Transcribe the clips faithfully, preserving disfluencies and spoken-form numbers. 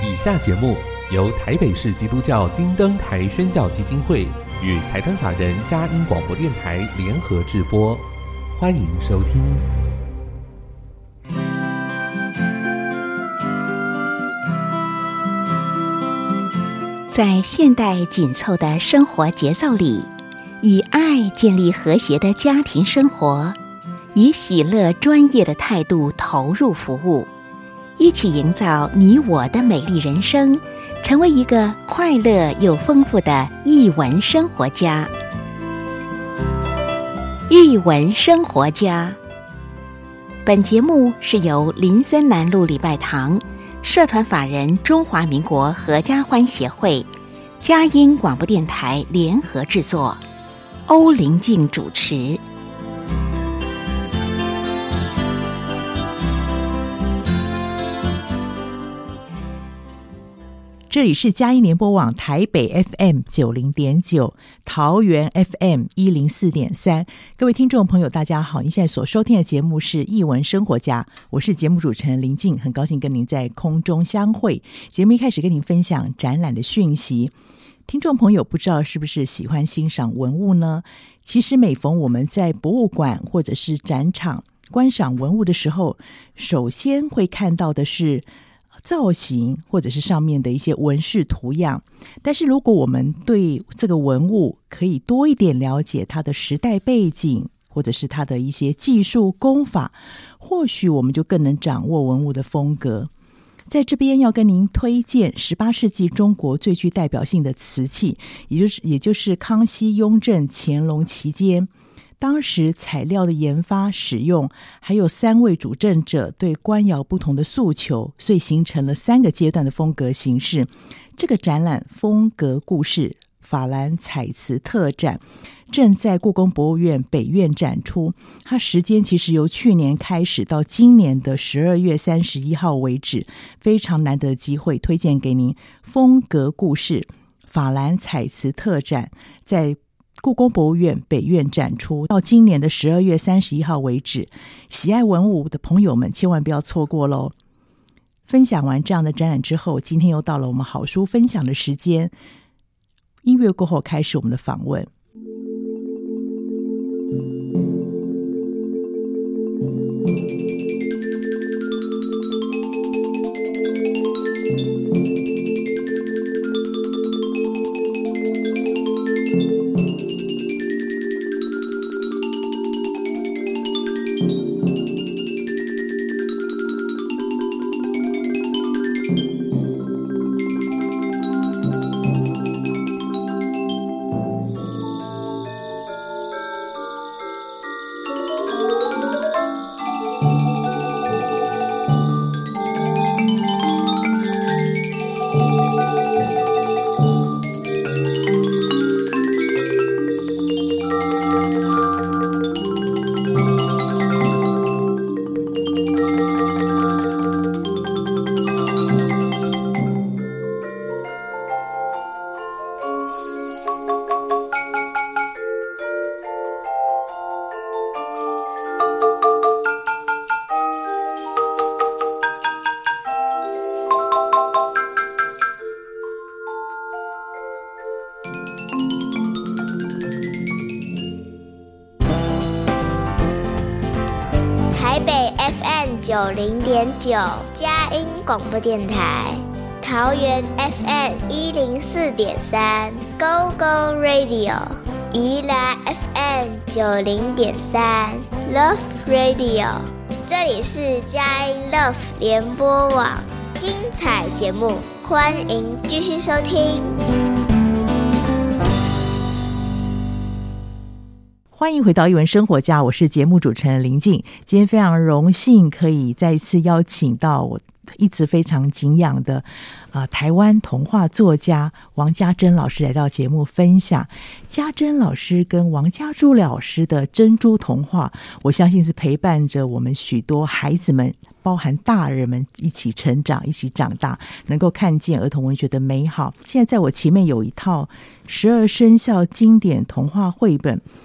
以下节目由台北市基督教金灯台宣教基金会与财团法人佳音广播电台联合制播，欢迎收听。 在现代紧凑的生活节奏里，以爱建立和谐的家庭生活，以喜乐专业的态度投入服务，一起营造你我的美丽人生，成为一个快乐又丰富的艺文生活家。艺文生活家，本节目是由林森南路礼拜堂社团法人中华民国合家欢协会、佳音广播电台联合制作，欧玲静主持。 这里是佳音联播网台北 F M 九十点九， 桃园 F M 一零四点三。各位听众朋友大家好，您现在所收听的节目是艺文生活家，我是节目主持人林静，很高兴跟您在空中相会。节目一开始跟您分享展览的讯息。听众朋友不知道是不是喜欢欣赏文物呢？其实每逢我们在博物馆或者是展场观赏文物的时候，首先会看到的是造型或者是上面的一些纹饰图样，但是如果我们对这个文物可以多一点了解它的时代背景，或者是它的一些技术工法，或许我们就更能掌握文物的风格。在这边要跟您推荐十八世纪中国最具代表性的瓷器，也就是也就是康熙、雍正、乾隆期间，当时材料的研发使用，还有三位主政者对官窑不同的诉求，所以形成了三个阶段的风格形式。这个展览风格故事法兰彩瓷特展正在故宫博物院北院展出，它时间其实由去年开始到今年的十二月三十一号为止，非常难得的机会，推荐给您。风格故事法兰彩瓷特展在故宫博物院北院展出，到今年的十二月三十一号为止，喜爱文物的朋友们千万不要错过咯。分享完这样的展览之后，今天又到了我们好书分享的时间，音乐过后开始我们的访问。 九零点九佳音广播电台，桃园 F M 一零四点三 Go Go Radio， 宜兰 F M 九零点三 Love Radio， 这里是佳音 Love 联播网，精彩节目，欢迎继续收听。 欢迎回到艺文生活家，我是节目主持人林静。今天非常荣幸可以再一次邀请到我一直非常敬仰的、呃、台湾童话作家王家珍老师来到节目分享。家珍老师跟王家珠老师的珍珠童话，我相信是陪伴着我们许多孩子们，包含大人们一起成长，一起长大，能够看见儿童文学的美好。现在在我前面有一套十二生肖经典童话绘本，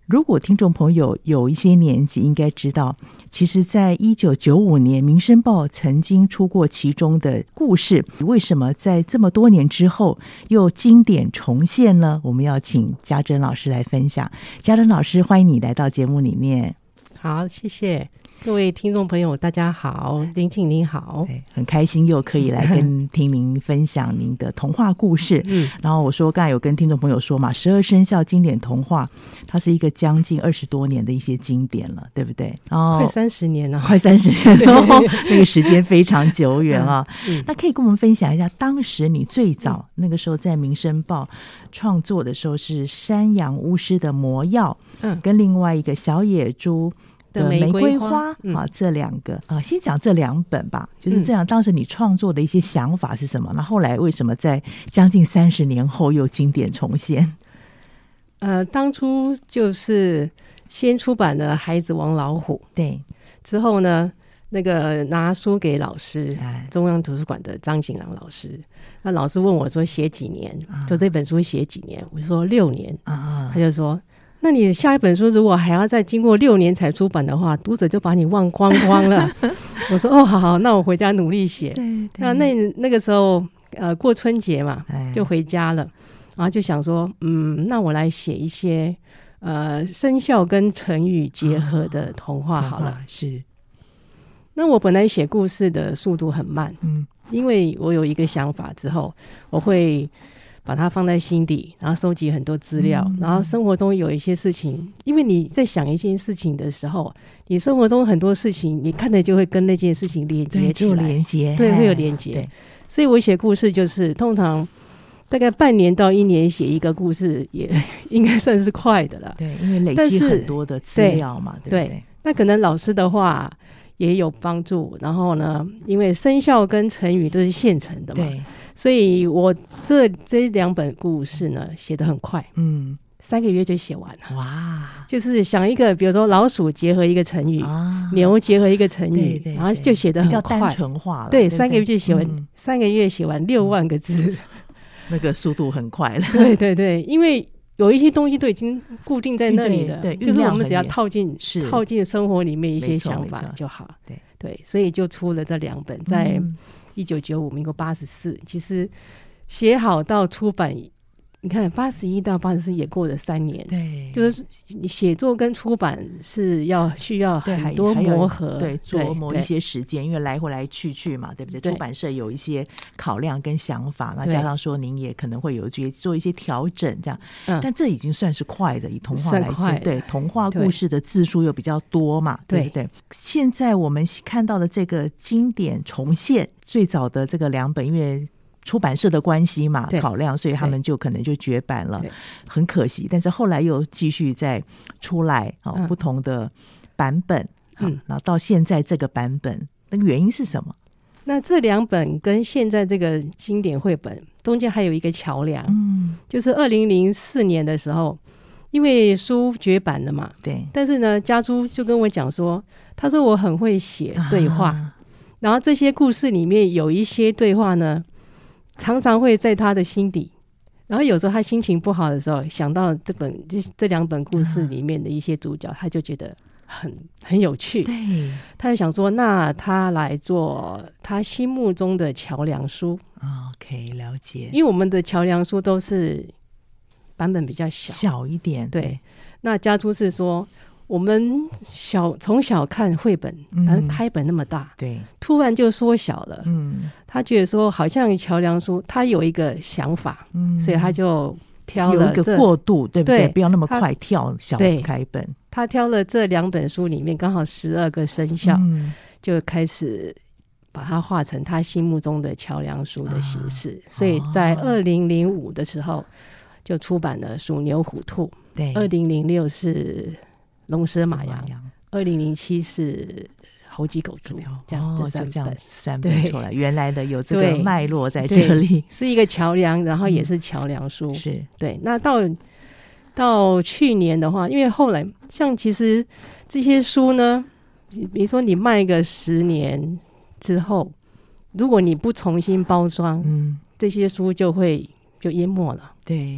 如果听众朋友有一些年纪，应该知道，其实在一九九五年民生报曾经出过其中的故事，为什么在这么多年之后又经典重现呢？我们要请家珍老师来分享。家珍老师，欢迎你来到节目里面。 好，谢谢各位听众朋友，大家好，林静您好， 很开心又可以来跟听您分享您的童话故事。嗯，然后我说刚才有跟听众朋友说嘛，十二生肖经典童话，它是一个将近二十多年的一些经典了，对不对？然后快三十年了， 快三十年了，那个时间非常久远啊。嗯、那可以跟我们分享一下，当时你最早、嗯、那个时候在民生报创作的时候是山羊巫师的魔药，嗯，跟另外一个小野猪的玫瑰花，嗯、啊，这两个啊，先讲这两本吧。就是这样，当时你创作的一些想法是什么？那、嗯、后来为什么在将近三十年后又经典重现？ 呃，当初就是先出版了《孩子王老虎》， 对， 之后呢，那个拿书给老师，中央图书馆的张景郎老师。那老师问我说写几年？啊、就这本书写几年？我说六年。啊，他就说，那你下一本书如果还要再经过六年才出版的话，读者就把你忘光光了。我说哦，好好，那我回家努力写。那那那个时候呃过春节嘛，就回家了，然后就想说，嗯，那我来写一些呃生肖跟成语结合的童话好了。哦、 是。 那我本来写故事的速度很慢，嗯，因为我有一个想法之后，我会把它放在心底，然后收集很多资料、嗯、然后生活中有一些事情，因为你在想一件事情的时候，你生活中很多事情你看着就会跟那件事情连接起来， 对，连接， 对，会有连接。所以我写故事就是通常大概半年到一年写一个故事，也应该算是快的了。 对，因为累积很多的资料嘛， 对, 对不对？ 那可能老师的话也有帮助，然后呢，因为生肖跟成语都是现成的嘛，对，所以我这这两本故事呢写得很快，嗯，三个月就写完了。哇！就是想一个，比如说老鼠结合一个成语，啊、牛结合一个成语，对对对，然后就写得很快， 比较单纯化了。 对，三个月就写完，嗯、三个月写完六万个字，嗯、 那个速度很快了。 对对对，因为有一些东西都已经固定在那里了，对，就是我们只要套进套进生活里面一些想法就好。对对，所以就出了这两本，在一九九五民国八十四，其实写好到出版，你看八十一到八十四也过了三年，对，就是你写作跟出版是要需要很多磨合， 对，琢磨一些时间，因为来回来去去嘛，对不对？对，出版社有一些考量跟想法，那加上说您也可能会有些做一些调整，这样，嗯、但这已经算是快的，以童话来讲，对，童话故事的字数又比较多嘛，对不对？现在我们看到的这个经典重现，最早的这个两本，因为出版社的关系嘛，考量，所以他们就可能就绝版了，很可惜。但是后来又继续再出来，哦嗯、不同的版本，嗯，然后到现在这个版本，那个原因是什么？ 那这两本跟现在这个经典绘本中间还有一个桥梁，嗯，就是二零零四年的时候，因为书绝版了嘛，对，但是呢，家猪就跟我讲说，他说我很会写对话，啊、然后这些故事里面有一些对话呢。常常会在他的心底，然后有时候他心情不好的时候，想到这本这这两本故事里面的一些主角，他就觉得很很有趣。对，他就想说，那他来做他心目中的桥梁书。 OK， 了解。 因为我们的桥梁书都是版本比较小， 小一点。 对，那家猪是说。我们小从小看绘本，嗯，开本那么大，对，突然就缩小了。嗯，他觉得说好像桥梁书，他有一个想法，嗯，所以他就挑了有一个过渡，对不对？对，不要那么快跳小开本。 他挑了这两本书里面刚好十二个生肖，嗯，就开始把它画成他心目中的桥梁书的形式。啊、所以在二零零五的时候就出版了鼠牛虎兔，对，二零零六是。龙蛇马羊，二零零七是猴鸡狗猪，这样这三本，哦、这样三本出来，原来的有这个脉络在这里， 是一个桥梁，然后也是桥梁书，嗯、是对。那到到去年的话，因为后来像其实这些书呢，比如说你卖个十年之后，如果你不重新包装，嗯，这些书就会就淹没了，对。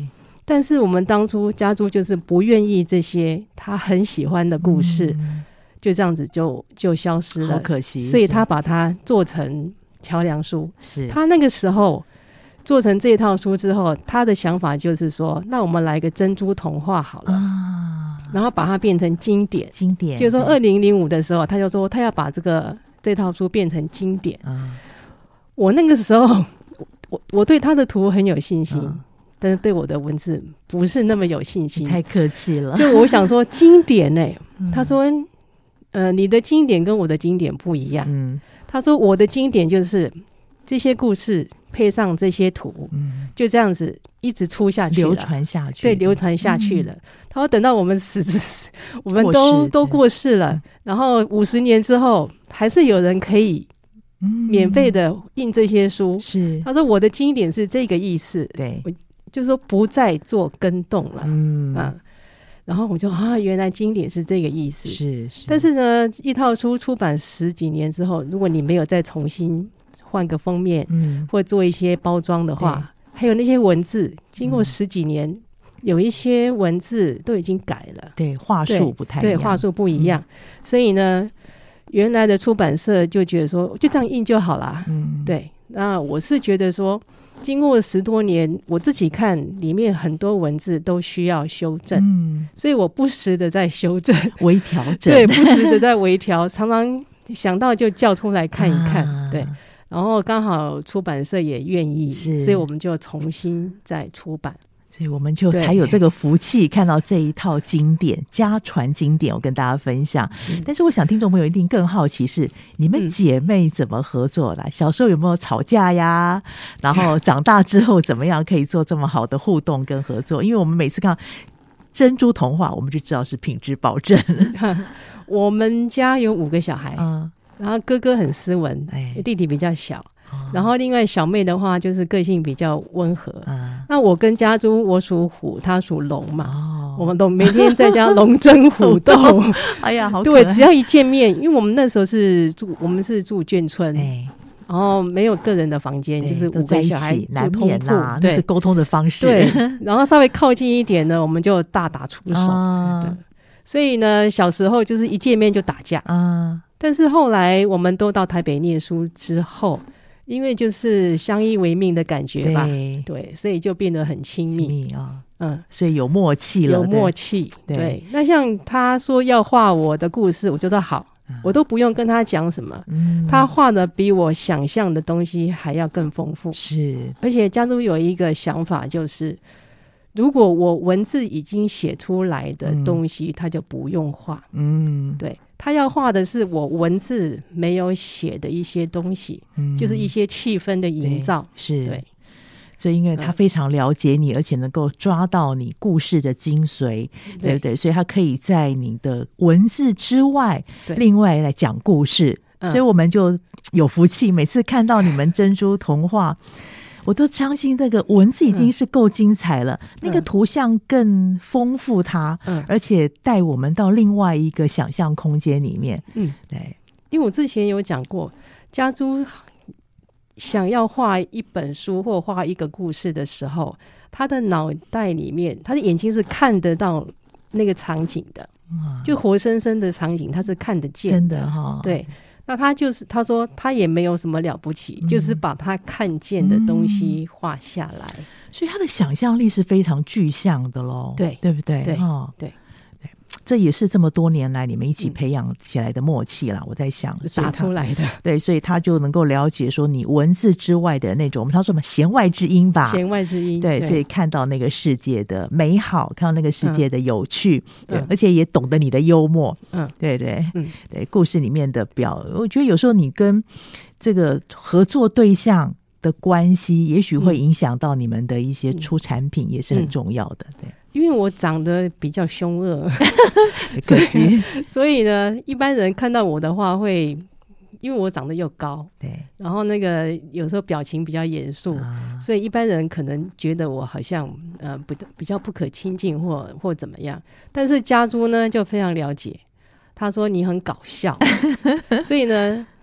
但是我们当初家珠就是不愿意这些他很喜欢的故事、嗯、就这样子就就消失了， 好可惜。 所以他把它做成桥梁书。 是他那个时候做成这套书之后，他的想法就是说，那我们来个珍珠童话好了、啊、然后把它变成经典。 经典就是说二零零五的时候他就说他要把这个这套书变成经典、啊、我那个时候我, 我对他的图很有信心、啊，但是对我的文字不是那么有信心。 太客气了。 就我想说经典呢、欸嗯、他说呃，你的经典跟我的经典不一样、嗯、他说我的经典就是这些故事配上这些图、嗯、就这样子一直出下去了， 流传下去。 对，流传下去了、嗯、他说等到我们死我们都都过世了、嗯、然后五十年之后还是有人可以免费的印这些书、嗯、是。他说我的经典是这个意思。 对， 就是说不再做更动了。嗯啊，然后我就啊，原来经典是这个意思。 是是。 但是呢，一套书出版十几年之后，如果你没有再重新换个封面，嗯，或做一些包装的话，还有那些文字，经过十几年、嗯，有一些文字都已经改了。 对，话术不太一样。 对，话术不一样、嗯。所以呢，原来的出版社就觉得说，就这样印就好啦。嗯，对。那我是觉得说。经过十多年，我自己看里面很多文字都需要修正、嗯、所以我不时的在修正微调整。 对，不时的在微调常常想到就叫出来看一看、啊、对，然后刚好出版社也愿意，所以我们就重新再出版， 所以我们就才有这个福气看到这一套经典家传经典，我跟大家分享。但是我想听众朋友一定更好奇是你们姐妹怎么合作的、嗯、小时候有没有吵架呀？然后长大之后怎么样可以做这么好的互动跟合作？因为我们每次看珍珠童话我们就知道是品质保证。 我们家有五个小孩、嗯、然后哥哥很斯文、哎、弟弟比较小，然后另外小妹的话就是个性比较温和、啊、那我跟家珠，我属虎，她属龙嘛、哦、我们都每天在家龙争虎斗。 哎呀好可爱。 对，只要一见面，因为我们那时候是住我们是住眷村、哎、然后没有个人的房间，就是五个小孩住通铺， 那是沟通的方式。 对，然后稍微靠近一点呢我们就大打出手、啊、对，所以呢小时候就是一见面就打架、啊、但是后来我们都到台北念书之后，因为就是相依为命的感觉吧， 对, 对，所以就变得很亲密, 亲密、哦、嗯， 所以有默契了， 有默契。 对, 对，那像他说要画我的故事，我觉得好、嗯、我都不用跟他讲什么、嗯、他画的比我想象的东西还要更丰富。 是， 而且家珠有一个想法，就是如果我文字已经写出来的东西、嗯、他就不用画。嗯，对，他要画的是我文字没有写的一些东西、嗯、就是一些气氛的营造。 是， 对， 这因为他非常了解你、嗯、而且能够抓到你故事的精髓， 对, 对不对？所以他可以在你的文字之外另外来讲故事、嗯、所以我们就有福气，每次看到你们珍珠童话我都相信那个文字已经是够精彩了、嗯、那个图像更丰富它、嗯、而且带我们到另外一个想象空间里面。嗯，对， 因为我之前有讲过，家珠想要画一本书或画一个故事的时候，他的脑袋里面，他的眼睛是看得到那个场景的、嗯、就活生生的场景他是看得见的， 真的哈、哦。 对，那他就是他说他也没有什么了不起、嗯、就是把他看见的东西画下来、嗯、 所以他的想象力是非常具象的咯。 对， 对不对？ 对、哦、对， 这也是这么多年来你们一起培养起来的默契啦、嗯、我在想打出来的。 对，所以他就能够了解说你文字之外的那种，我们常说什么弦外之音吧， 弦外之音。 对, 对，所以看到那个世界的美好，看到那个世界的有趣、嗯、对、嗯，而且也懂得你的幽默。嗯，对对、嗯、对，故事里面的表，我觉得有时候你跟这个合作对象的关系也许会影响到你们的一些出产品，也是很重要的。对， 因为我长得比较凶恶所, 以所以呢一般人看到我的话会，因为我长得又高，对，然后那个有时候表情比较严肃、啊、所以一般人可能觉得我好像呃不比较不可亲近或或怎么样。但是家珠呢就非常了解，他说你很搞笑所以呢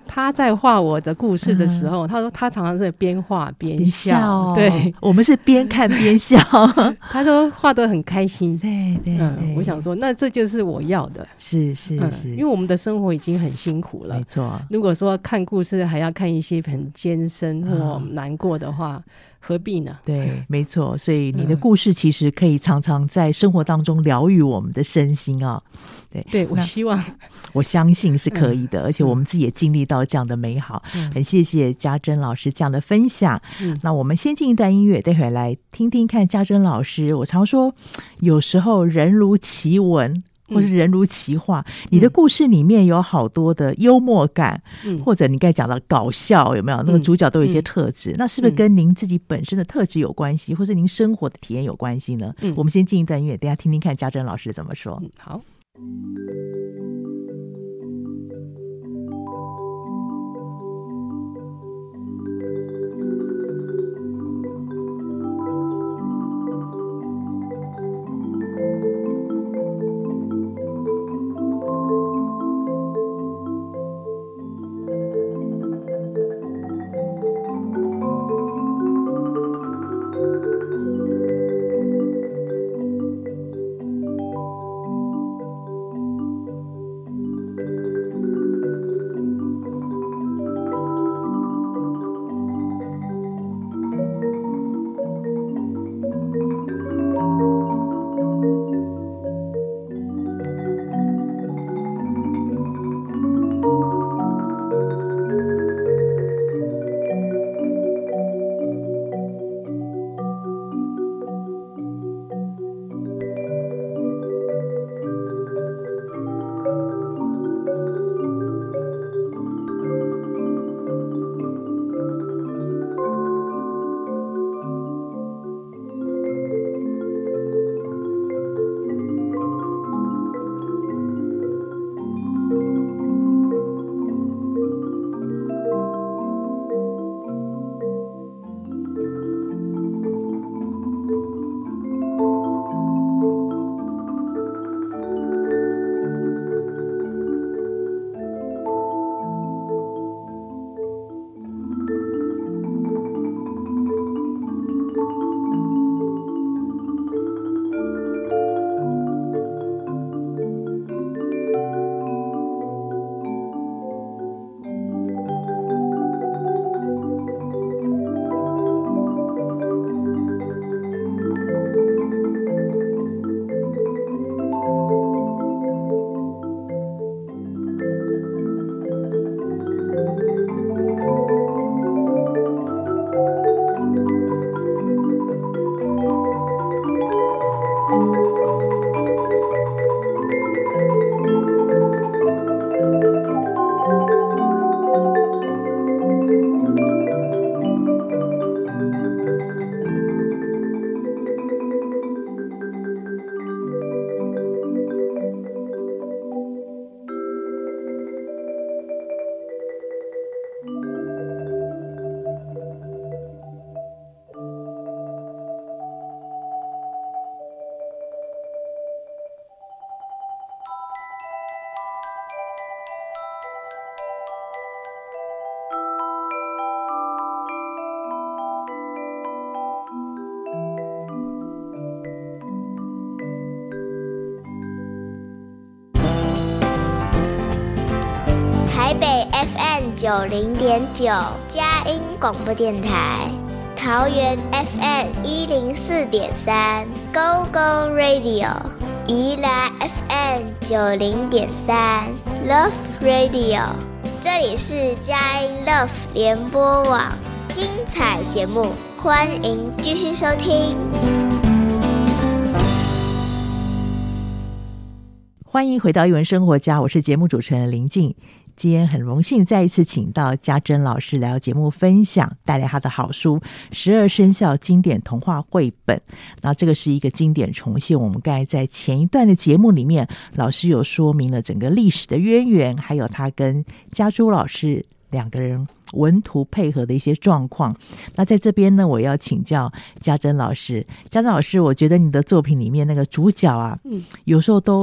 他在画我的故事的时候，嗯、他说他常常是边画边笑， 笑对， 我们是边看边笑。 他说画得很开心， 对 对, 对、 嗯，我想说，那这就是我要的， 是是是、嗯， 因为我们的生活已经很辛苦了， 没错。 如果说看故事还要看一些很艰深或难过的话。嗯，何必呢？ 对，没错。所以你的故事其实可以常常在生活当中疗愈我们的身心啊、哦。对， 对，我希望， 我相信是可以的、嗯，而且我们自己也经历到这样的美好。嗯、很谢谢家珍老师这样的分享。嗯，那我们先进一段音乐，待会儿来听听看家珍老师。我常说，有时候人如其文。或是人如其画、嗯、你的故事里面有好多的幽默感、嗯、或者你刚才讲到搞笑，有没有那个主角都有一些特质、嗯、那是不是跟您自己本身的特质有关系、嗯、或是您生活的体验有关系呢、嗯、我们先进一段音乐，等一下听听看家珍老师怎么说、 嗯、好。 台北 F M 九零点九佳音广播电台，桃园 F M 一零四点三 Go Go Radio， 宜兰 F M 九零点三 Love Radio， 这里是佳音 Love 联播网，精彩节目，欢迎继续收听。 欢迎回到艺文生活家，我是节目主持人林静。今天很荣幸再一次请到家珍老师来到节目分享，带来他的好书《十二生肖经典童话绘本》。那这个是一个经典重现，我们刚才在前一段的节目里面，老师有说明了整个历史的渊源，还有他跟家珠老师两个人文图配合的一些状况。那在这边呢，我要请教家珍老师。家珍老师，我觉得你的作品里面那个主角啊，嗯，有时候都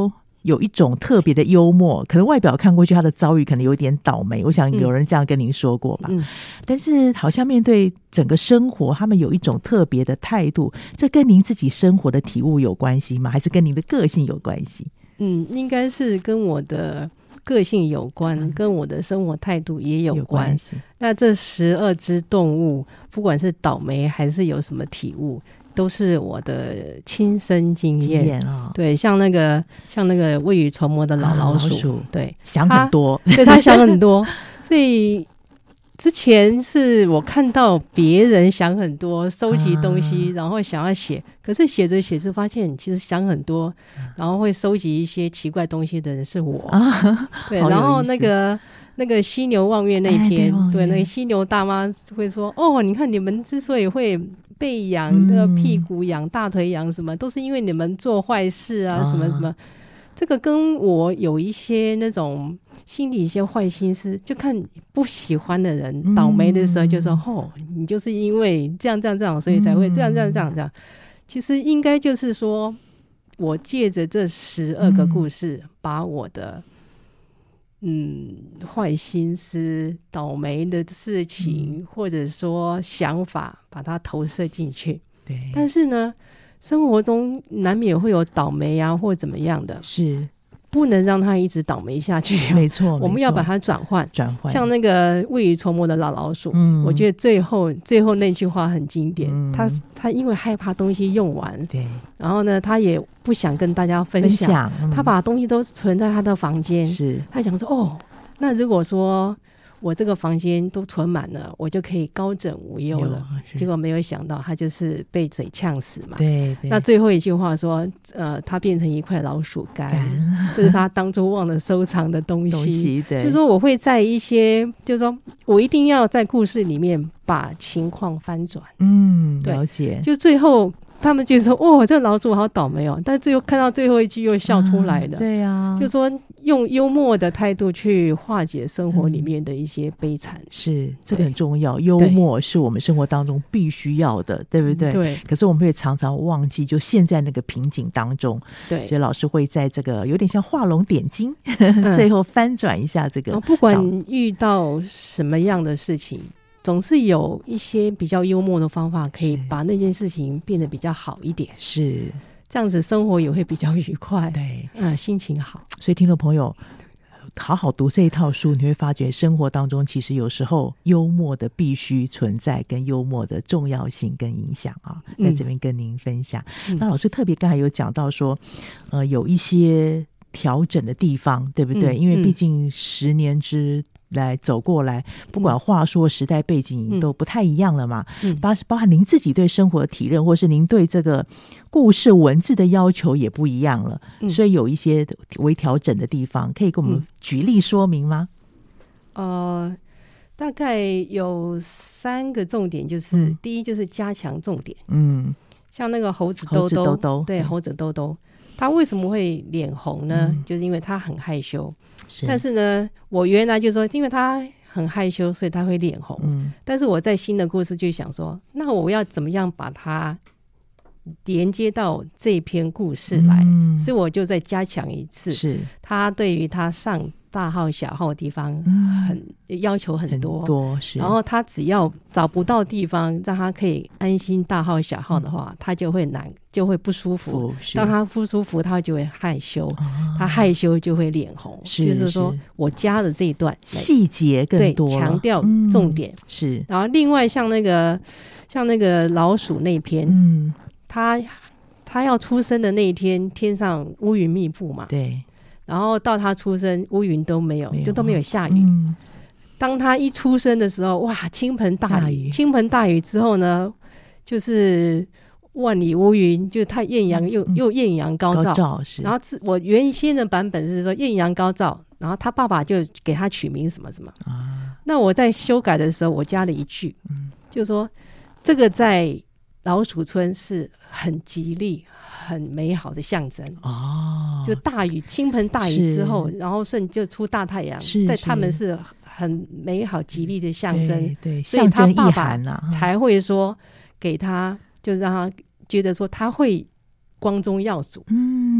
有一种特别的幽默，可能外表看过去他的遭遇可能有点倒霉，我想有人这样跟您说过吧、嗯、但是好像面对整个生活他们有一种特别的态度，这跟您自己生活的体悟有关系吗？还是跟您的个性有关系？ 嗯，应该是跟我的个性有关、嗯、跟我的生活态度也有 关, 有关系。那这十二只动物不管是倒霉还是有什么体悟，都是我的亲身经验, 经验、哦、对，像那个像那个未雨绸缪的老老鼠、啊、老鼠对， 想很多， 对，他想很多所以之前是我看到别人想很多收集东西、啊、然后想要写，可是写着写着发现其实想很多然后会收集一些奇怪东西的人是我、啊、对，然后那个那个犀牛望月那一篇、哎、对，那个犀牛大妈会说哦，你看你们之所以会背痒的屁股痒、嗯、大腿痒什么，都是因为你们做坏事啊、啊什么什么，这个跟我有一些那种心里一些坏心思，就看不喜欢的人、嗯、倒霉的时候就说哦，你就是因为这样这样这样所以才会这样这样这样这样、嗯、其实应该就是说我借着这十二个故事、嗯、把我的嗯，坏心思倒霉的事情、嗯、或者说想法把它投射进去。对，但是呢生活中难免会有倒霉啊或怎么样的，是不能让它一直倒霉下去、啊、没错，我们要把它转换转换。像那个未雨绸缪的老老鼠、嗯、我觉得最后最后那句话很经典、嗯、他他因为害怕东西用完，对，然后呢他也不想跟大家分享, 分享、嗯、他把东西都存在他的房间，是他想说哦，那如果说我这个房间都存满了，我就可以高枕无忧了。结果没有想到他就是被嘴呛死嘛。对对。那最后一句话说呃，他变成一块老鼠干，这是他当初忘了收藏的东西, 东西对，就是说我会在一些就是说我一定要在故事里面把情况翻转。嗯，了解。就最后他们就说哦，这老鼠好倒霉哦，但最后看到最后一句又笑出来的、啊、对啊，就说用幽默的态度去化解生活里面的一些悲惨、嗯、是这个很重要，幽默是我们生活当中必须要的，对不对？对。可是我们会常常忘记就陷在那个瓶颈当中，对，所以老师会在这个有点像画龙点睛、嗯、最后翻转一下这个、哦、不管遇到什么样的事情总是有一些比较幽默的方法可以把那件事情变得比较好一点，是这样子生活也会比较愉快，对、嗯、心情好。所以听众朋友好好读这一套书，你会发觉生活当中其实有时候幽默的必须存在跟幽默的重要性跟影响啊，在这边跟您分享、嗯、那老师特别刚才有讲到说呃，有一些调整的地方，对不对、嗯、因为毕竟十年之来走过来，不管话说时代背景都不太一样了嘛、嗯、包, 包含您自己对生活的体认，或是您对这个故事文字的要求也不一样了、嗯、所以有一些微调整的地方，可以跟我们举例说明吗？嗯、呃，大概有三个重点，就是、嗯、第一就是加强重点，嗯，像那个猴子兜兜，猴子兜兜对，猴子兜兜他为什么会脸红呢、嗯、就是因为他很害羞，是但是呢我原来就说因为他很害羞所以他会脸红、嗯、但是我在新的故事就想说那我要怎么样把它连接到这篇故事来、嗯、所以我就再加强一次，是他对于他上大号小号的地方很、嗯、要求很多很多，是然后他只要找不到地方让他可以安心大号小号的话、嗯、他就会难就会不舒服，当他不舒服他就会害羞、哦、他害羞就会脸红，是就是说我加了这一段细节更多，对，强调重点、嗯、是然后另外像那个像那个老鼠那篇，嗯，他他要出生的那一天天上乌云密布嘛，对，然后到他出生乌云都没有，没有就都没有下雨、嗯、当他一出生的时候哇倾盆大雨倾盆大雨之后呢就是万里无云，就太艳阳又、嗯、又艳阳高照，高照是然后我原先的版本是说艳阳高照，然后他爸爸就给他取名什么什么、啊、那我在修改的时候我加了一句、嗯、就说这个在老鼠村是很吉利很美好的象征哦，就大雨倾盆大雨之后然后甚至就出大太阳，在他们是很美好吉利的象征，对对，所以他爸爸才会说给他就让他觉得说他会光宗耀祖，嗯，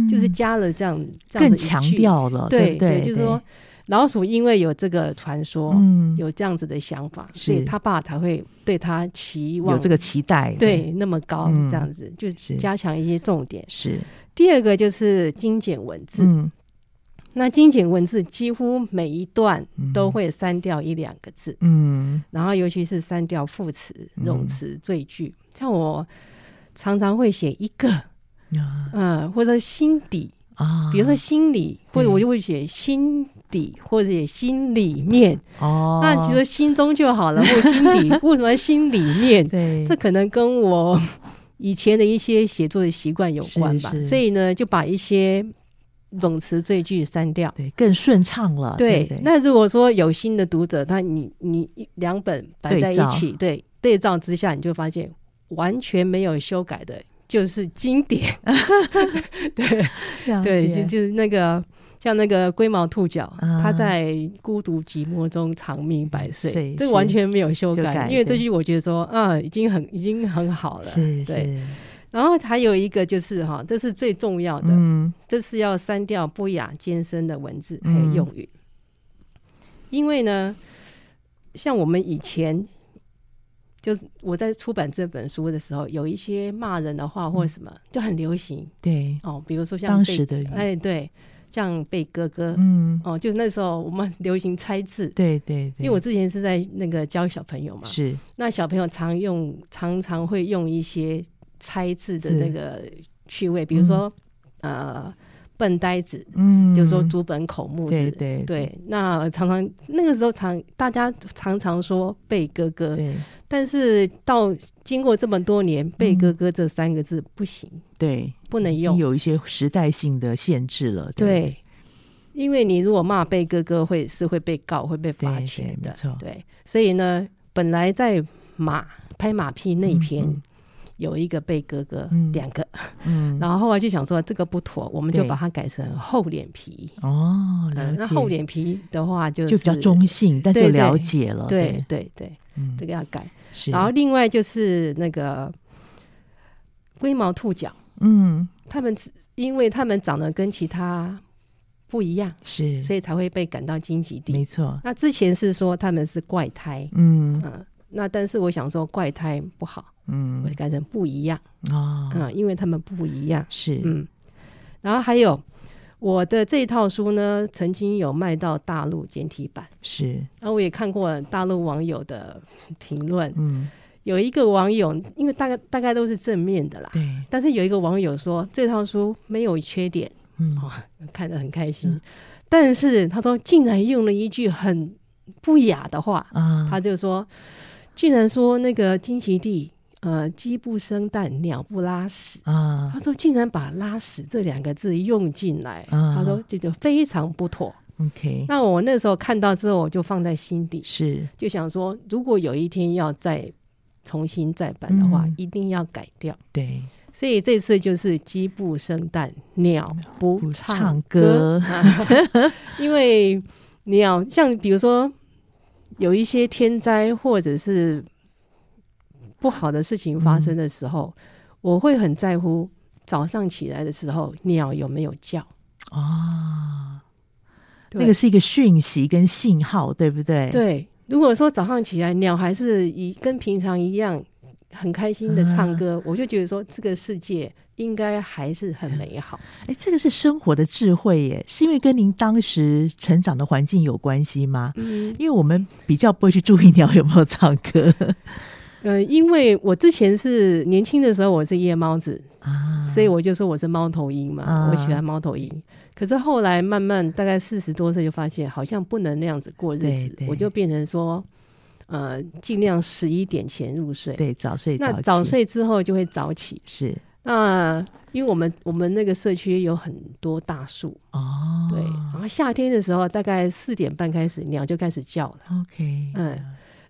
嗯，就是加了这样这样更强调了， 对对, 对，就是说老鼠因为有这个传说，嗯，有这样子的想法，所以他爸才会对他期望有这个期待， 对，那么高， 嗯， 这样子就加强一些重点。 是第二个就是精简文字，嗯，那精简文字几乎每一段都会删掉一两个字，嗯，然后尤其是删掉副词、冗词、赘句，像我常常会写一个，嗯、呃，或者心底啊，比如说心里，或者我就会写心底，或者写心里面。哦，那其实心中就好了，或心底，为什么心里面？对，这可能跟我以前的一些写作的习惯有关吧。所以呢，就把一些冗词赘句删掉， 对，更顺畅了。 对， 对对， 那如果说有新的读者，他你你两本摆在一起，对，对，对照之下，你就发现完全没有修改的。就是经典对对，就就是那个像那个龟毛兔角，啊，他在孤独寂寞中长命百岁，这个完全没有修改，改因为这句我觉得说啊，已经很已经很好了， 是对是。 然后还有一个就是哈，这是最重要的，嗯，这是要删掉不雅艰深的文字还有用语，嗯，因为呢，像我们以前。就是我在出版这本书的时候，有一些骂人的话或什么，嗯，就很流行。 对哦，比如说像当时的哎，对，像贝哥哥，嗯，哦，就那时候我们流行猜字。 对对对， 因为我之前是在那个教小朋友嘛， 是那小朋友常用，常常会用一些猜字的那个趣味，比如说，嗯，呃。笨呆子，嗯，就是说竹本口木子， 对对对, 对。那常常那个时候常大家常常说贝哥哥，对。但是到经过这么多年，贝哥哥这三个字不行， 对， 不能用，已经有一些时代性的限制了， 对。对，因为你如果骂贝哥哥会是会被告，会被罚钱的，对，对。所以呢，本来在马拍马屁那一篇。嗯嗯有一个贝哥哥，嗯，两个，嗯，然后后来就想说这个不妥，我们就把它改成厚脸皮。哦，了解。呃、那厚脸皮的话就是就比较中性，但是有了解了， 对对 对, 对、嗯，这个要改。然后另外就是那个龟毛兔角，嗯，他们因为他们长得跟其他不一样，是，所以才会被赶到荆棘地。 没错。 那之前是说他们是怪胎，嗯嗯。那但是我想说怪胎不好，嗯，我就改成不一样哦，嗯，因为他们不一样， 是， 嗯，然后还有我的这套书呢，曾经有卖到大陆简体版， 是， 然后我也看过大陆网友的评论，嗯，有一个网友，因为大概大概都是正面的啦， 对， 但是有一个网友说这套书没有缺点，嗯，哦，看得很开心，嗯，但是他说竟然用了一句很不雅的话，啊，他就说。竟然说那个荆棘地，呃，鸡不生蛋，鸟不拉屎啊！他说竟然把拉屎这两个字用进来，啊，他说这个非常不妥。 OK， 那我那时候看到之后，我就放在心底， 是就想说，如果有一天要再重新再版的话，嗯，一定要改掉。 对， 所以这次就是鸡不生蛋，鸟不唱歌， 歌因为鸟像比如说。有一些天灾或者是不好的事情发生的时候，嗯，我会很在乎早上起来的时候鸟有没有叫啊，那个是一个讯息跟信号，对不对？ 对，如果说早上起来鸟还是以跟平常一样很开心的唱歌，啊，我就觉得说这个世界应该还是很美好。 哎，这个是生活的智慧耶，是因为跟您当时成长的环境有关系吗？嗯，因为我们比较不会去注意鸟有没有唱歌。 呃，因为我之前是年轻的时候我是夜猫子啊，所以我就说我是猫头鹰嘛，啊，我喜欢猫头鹰。可是后来慢慢大概四十多岁就发现好像不能那样子过日子，我就变成说呃，尽量十一点前入睡， 对，早睡早起。 那早睡之后就会早起， 是。 那因为我们我们那个社区有很多大树哦，对，然后夏天的时候大概四点半开始鸟就开始叫了 ，OK， 嗯，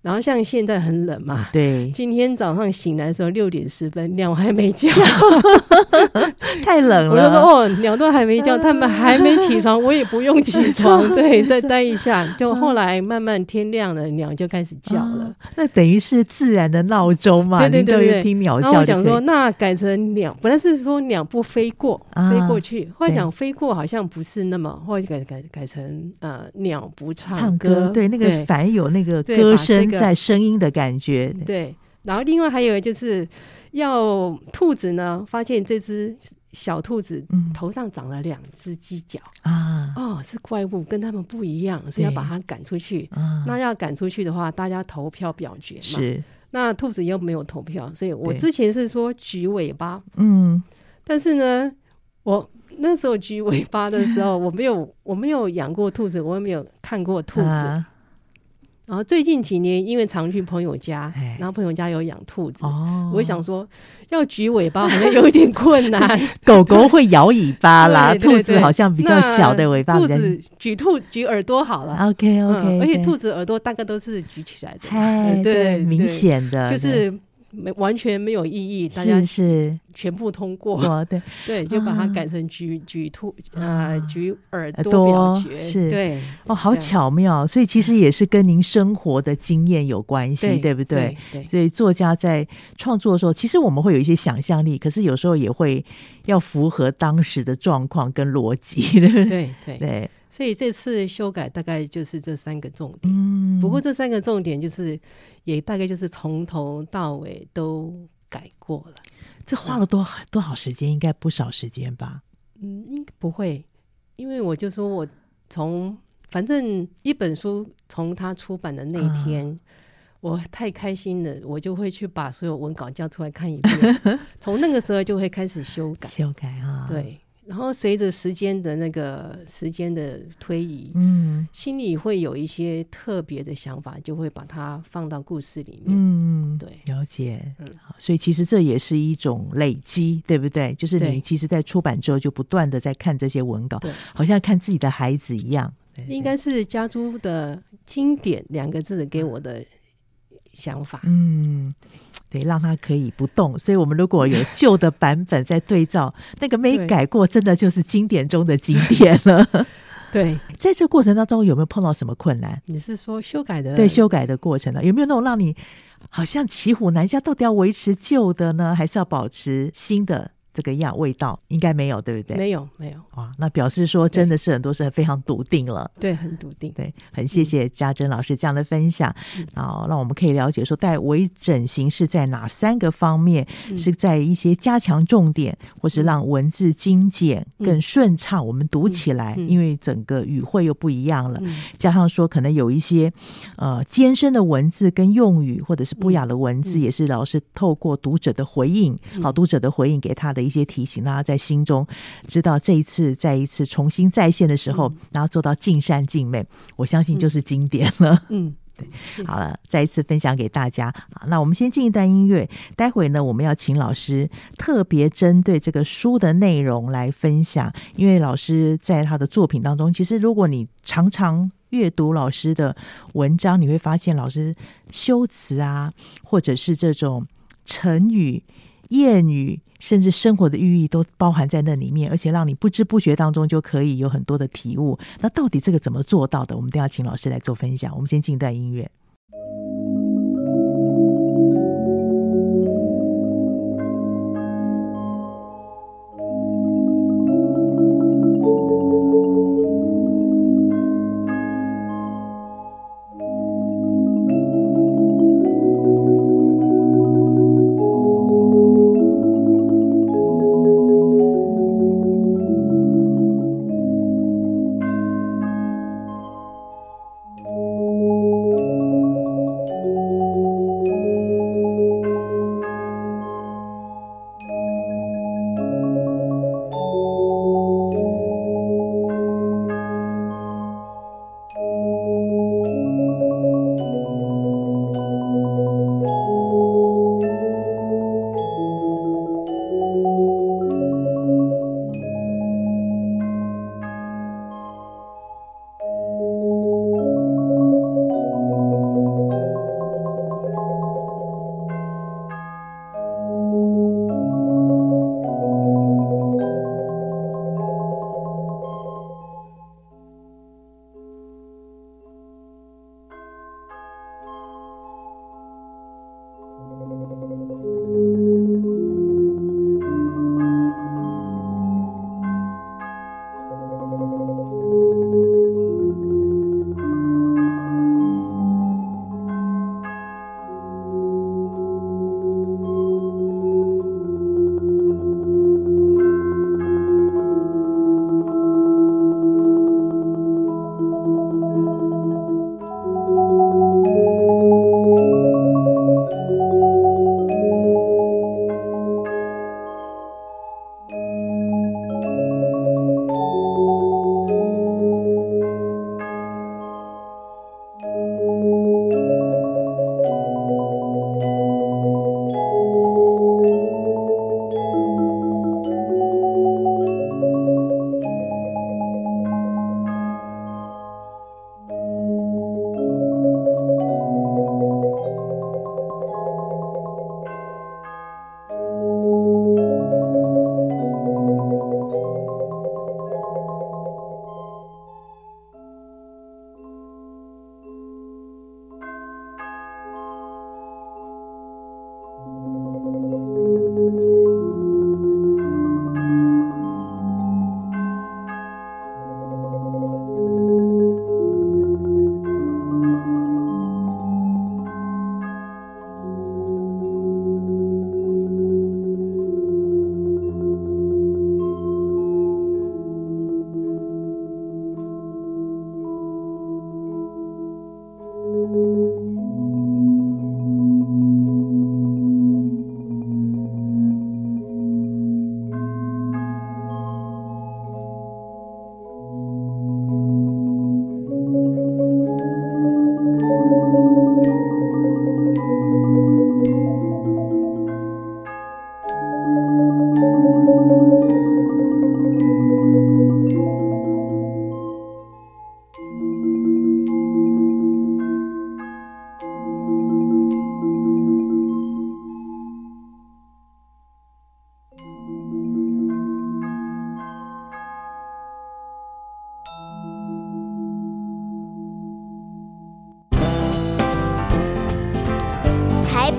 然后像现在很冷嘛， 对， 今天早上醒来的时候六点十分，鸟还没叫， 太冷了。 我就说哦，鸟都还没叫，他们还没起床，我也不用起床，对，再待一下。就后来慢慢天亮了，鸟就开始叫了。啊、 那等于是自然的闹钟嘛， 对对对对， 听鸟叫。 然后我想说，那改成鸟，本来是说鸟不飞过，啊、飞过去，后来讲飞过好像不是那么，后来改改改成呃鸟不唱歌， 唱歌，对，那个反而有那个歌声在声音的感觉。 对，对，然后另外还有就是要兔子呢，发现这只小兔子头上长了两只犄角啊、嗯，哦，是怪物，跟他们不一样，所以要把它赶出去。那要赶出去的话，大家投票表决嘛。是，那兔子又没有投票，所以我之前是说举尾巴，嗯，但是呢，我那时候举尾巴的时候，我没有我没有养过兔子，我也没有看过兔子。啊，然后最近几年因为常去朋友家，然后朋友家有养兔子，哦，我想说要举尾巴好像有一点困难狗狗会摇尾巴啦对对对，兔子好像比较小的尾巴比较， 兔子举兔举耳朵好了 OK OK、嗯、 而且兔子耳朵大概都是举起来的， 对 对, 对，明显的就是没完全没有意义，大家是全部通过，对对，就把它改成举、啊、举兔呃举耳朵表决， 是， 对哦，好巧妙，所以其实也是跟您生活的经验有关系， 对, 对不对？对，所以作家在创作的时候，其实我们会有一些想象力，可是有时候也会要符合当时的状况跟逻辑，对对 对, 对，所以这次修改大概就是这三个重点，嗯，不过这三个重点就是也大概就是从头到尾都改过了。 这花了多多少时间？应该不少时间吧？ 嗯，应该不会，因为我就说我从反正一本书从它出版的那一天、嗯、我太开心了，我就会去把所有文稿交出来看一遍从那个时候就会开始修改修改啊， 对，然后随着时间的那个时间的推移，嗯，心里会有一些特别的想法，就会把它放到故事里面，嗯，对， 了解，嗯，所以其实这也是一种累积，对不对？就是你其实在出版之后就不断的在看这些文稿，好像看自己的孩子一样，对对， 应该是家猪的经典两个字给我的想法， 嗯，对，让它可以不动，所以我们如果有旧的版本在对照那个没改过，真的就是经典中的经典了对， 在这个过程当中有没有碰到什么困难？ 你是说修改的？ 对，修改的过程呢，有没有那种让你好像骑虎难下，到底要维持旧的呢，还是要保持新的这个样味道？应该没有，对不对？ 没有没有。 哇，那表示说真的是很多是非常笃定了， 对，很笃定， 对，很谢谢家珍老师这样的分享，嗯，然后让我们可以了解说在微整形是在哪三个方面，嗯，是在一些加强重点，或是让文字精简更顺畅，嗯，我们读起来，嗯，因为整个语汇又不一样了，嗯，加上说可能有一些呃艰深的文字跟用语或者是不雅的文字，嗯，也是老师透过读者的回应，嗯，好，读者的回应给他的一些提醒，让他在心中知道这一次再一次重新再现的时候，嗯，然后做到尽善尽美，我相信就是经典了。嗯，对，好了，再一次分享给大家。好，那我们先进一段音乐，待会呢我们要请老师特别针对这个书的内容来分享，因为老师在他的作品当中，其实如果你常常阅读老师的文章，你会发现老师修辞啊，或者是这种成语谚语甚至生活的寓意都包含在那里面，而且让你不知不觉当中就可以有很多的体悟。那到底这个怎么做到的？我们都要请老师来做分享。我们先进一段音乐。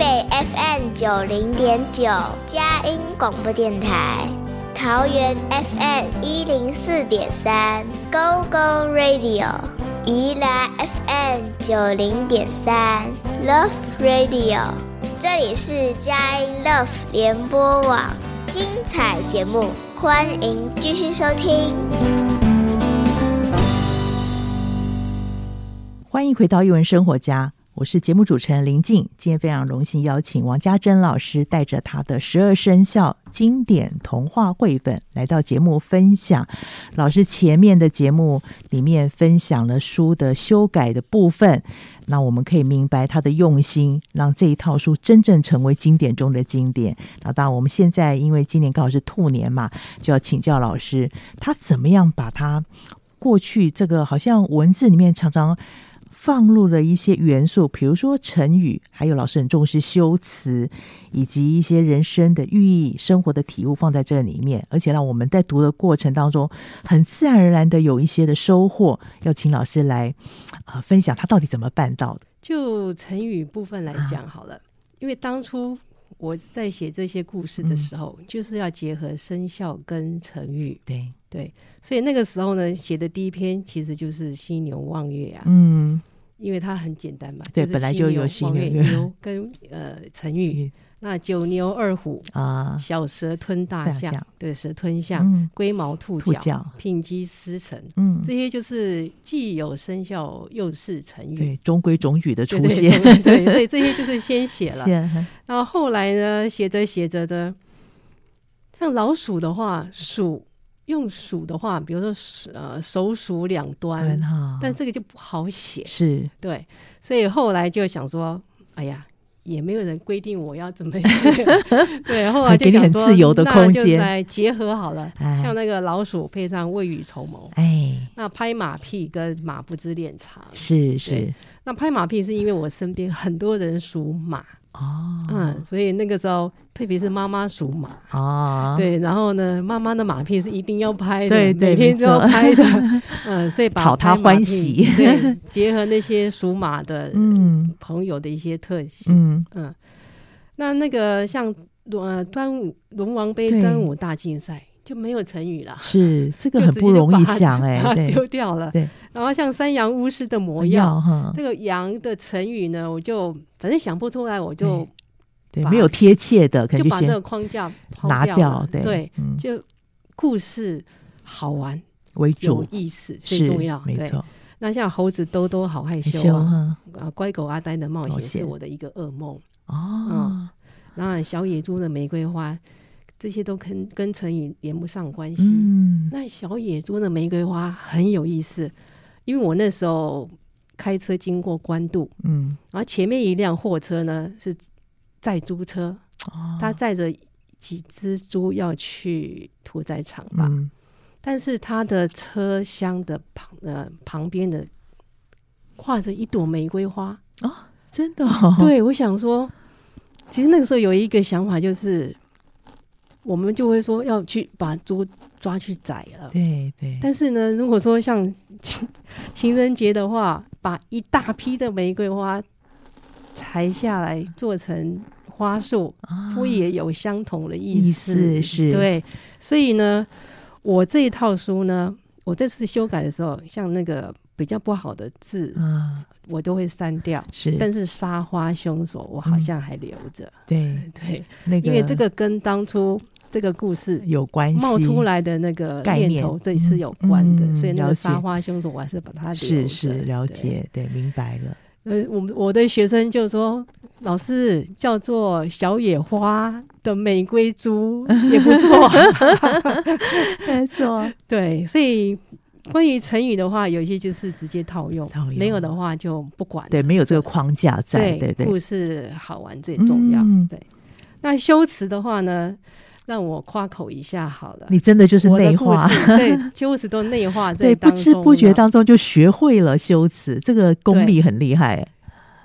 北 F M 九零点九佳音广播电台，桃园 F M 一零四点三 Go Go Radio， 宜兰 F M 九零点三 Love Radio。这里是佳音 Love 联播网，精彩节目，欢迎继续收听。 欢迎回到艺文生活家，我是节目主持人林静。今天非常荣幸邀请王家珍老师带着他的十二生肖经典童话绘本来到节目分享。老师前面的节目里面分享了书的修改的部分，那我们可以明白他的用心，让这一套书真正成为经典中的经典。那当然我们现在因为今年刚好是兔年嘛，就要请教老师他怎么样把他过去这个好像文字里面常常放入了一些元素，比如说成语，还有老师很重视修辞，以及一些人生的寓意、生活的体悟放在这里面，而且让我们在读的过程当中很自然而然的有一些的收获。要请老师来、呃、分享他到底怎么办到的。 就成语部分来讲好了、啊、因为当初我在写这些故事的时候、嗯、就是要结合生肖跟成语。对对，所以那个时候呢写的第一篇其实就是犀牛望月啊。嗯，因为它很简单嘛， 对， 就是、 本来就有犀牛牛跟呃成语，那九牛二虎啊，小蛇吞大象，大象对，蛇吞象，嗯、龟毛兔角，兔角牝鸡司晨，嗯，这些就是既有生肖又是成语， 对，中规中矩的出现， 对, 对, 对，所以这些就是先写了，然后后来呢，写着写着的，像老鼠的话，鼠。用鼠的话，比如说呃手鼠两端，但这个就不好写，是对，所以后来就想说，哎呀，也没有人规定我要怎么写，对，后来就想说给你很自由的空间，那就来结合好了，像那个老鼠配上未雨绸缪，哎，那拍马屁跟马不知恋长，是是，那拍马屁是因为我身边很多人属马。哦，嗯，所以那个时候，特别是妈妈属马，哦，对，然后呢，妈妈的马屁是一定要拍的，对对，每天都要拍的，嗯，所以把讨他欢喜，对，结合那些属马的嗯朋友的一些特性，嗯嗯，那那个像呃端午龙王杯端午大竞赛。就没有成语了，是这个很不容易想哎、欸，把它丢掉了。对，然后像山羊巫师的魔药，这个羊的成语呢，我就反正想不出来，我就对没有贴切的，可能就把这个框架拿掉。对，对嗯、就故事好玩为主，有意思最重要，没错。那像猴子兜兜好害羞啊，啊乖狗阿呆的冒险是我的一个噩梦哦。嗯，然后小野猪的玫瑰花。这些都跟跟成语连不上关系、嗯、那小野猪的玫瑰花很有意思，因为我那时候开车经过关渡，嗯，然后前面一辆货车呢是载猪车，哦，他载着几只猪要去屠宰场吧、嗯、但是他的车厢的旁呃旁边的画着一朵玫瑰花哦，真的、哦、对，我想说其实那个时候有一个想法，就是我们就会说要去把猪抓去宰了，对对。但是呢，如果说像情人节的话，把一大批的玫瑰花裁下来做成花束，不、啊、也有相同的意思？意思是，对。所以呢，我这一套书呢，我这次修改的时候，像那个比较不好的字，啊、我都会删掉。是，但是杀花凶手我好像还留着。嗯、对对，那个，因为这个跟当初这个故事有关系，冒出来的那个念头这是有关的，嗯、所以那个杀花凶手我还是把它留着。是是，了解，对，对明白了。呃，我们我的学生就说，老师叫做小野花的玫瑰猪也不错，没错，对，所以关于成语的话，有一些就是直接套用，套用没有的话就不管，对，没有这个框架在，对对对，故事好玩最重要，嗯、对。那修辞的话呢？让我夸口一下好了，你真的就是内化，对，修辞都内化在当中，对，不知不觉当中就学会了修辞，这个功力很厉害。